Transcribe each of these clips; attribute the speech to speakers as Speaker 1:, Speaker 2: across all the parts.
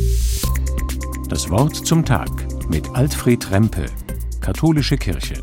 Speaker 1: Das Wort zum Tag mit Alfred Rempe, Katholische Kirche.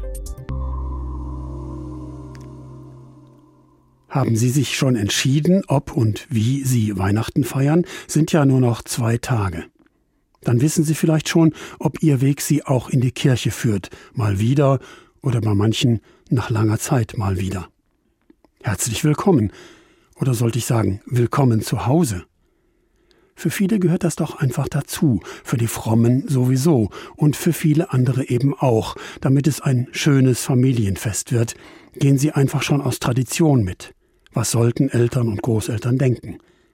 Speaker 2: Haben Sie sich schon entschieden, ob und wie Sie Weihnachten feiern? Sind ja nur noch 2 Tage. Dann wissen Sie vielleicht schon, ob Ihr Weg Sie auch in die Kirche führt. Mal wieder oder bei manchen nach langer Zeit mal wieder. Herzlich willkommen. Oder sollte ich sagen, willkommen zu Hause. Für viele gehört das doch einfach dazu, für die Frommen sowieso und für viele andere eben auch. Damit es ein schönes Familienfest wird, gehen sie einfach schon aus Tradition mit. Was sollten Eltern und Großeltern denken?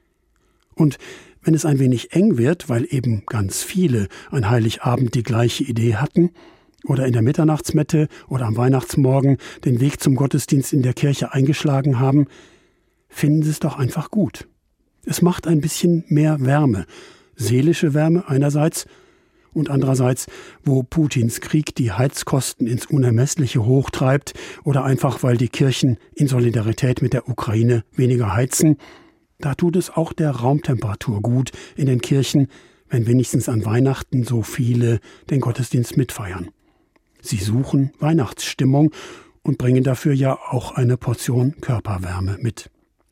Speaker 2: Und wenn es ein wenig eng wird, weil eben ganz viele an Heiligabend die gleiche Idee hatten oder in der Mitternachtsmette oder am Weihnachtsmorgen den Weg zum Gottesdienst in der Kirche eingeschlagen haben, finden Sie es doch einfach gut. Es macht ein bisschen mehr Wärme, seelische Wärme einerseits und andererseits, wo Putins Krieg die Heizkosten ins Unermessliche hochtreibt oder einfach, weil die Kirchen in Solidarität mit der Ukraine weniger heizen, da tut es auch der Raumtemperatur gut in den Kirchen, wenn wenigstens an Weihnachten so viele den Gottesdienst mitfeiern. Sie suchen Weihnachtsstimmung und bringen dafür ja auch eine Portion Körperwärme mit.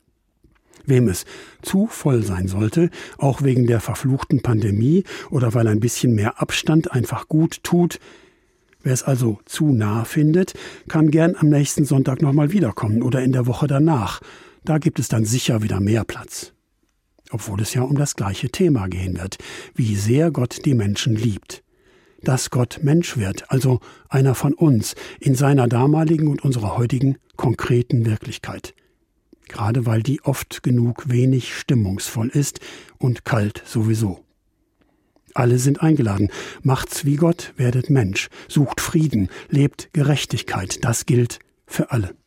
Speaker 2: Wem es zu voll sein sollte, auch wegen der verfluchten Pandemie oder weil ein bisschen mehr Abstand einfach gut tut, wer es also zu nah findet, kann gern am nächsten Sonntag nochmal wiederkommen oder in der Woche danach. Da gibt es dann sicher wieder mehr Platz. Obwohl es ja um das gleiche Thema gehen wird, wie sehr Gott die Menschen liebt. Dass Gott Mensch wird, also einer von uns, in seiner damaligen und unserer heutigen konkreten Wirklichkeit. Gerade weil die oft genug wenig stimmungsvoll ist und kalt sowieso. Alle sind eingeladen. Macht's wie Gott, werdet Mensch, sucht Frieden, lebt Gerechtigkeit. Das gilt für alle.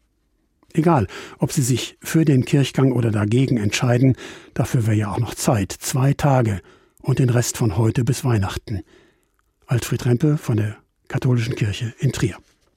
Speaker 2: Egal, ob Sie sich für den Kirchgang oder dagegen entscheiden, dafür wäre ja auch noch Zeit. 2 Tage und den Rest von heute bis Weihnachten. Alfred Rempe von der Katholischen Kirche in Trier.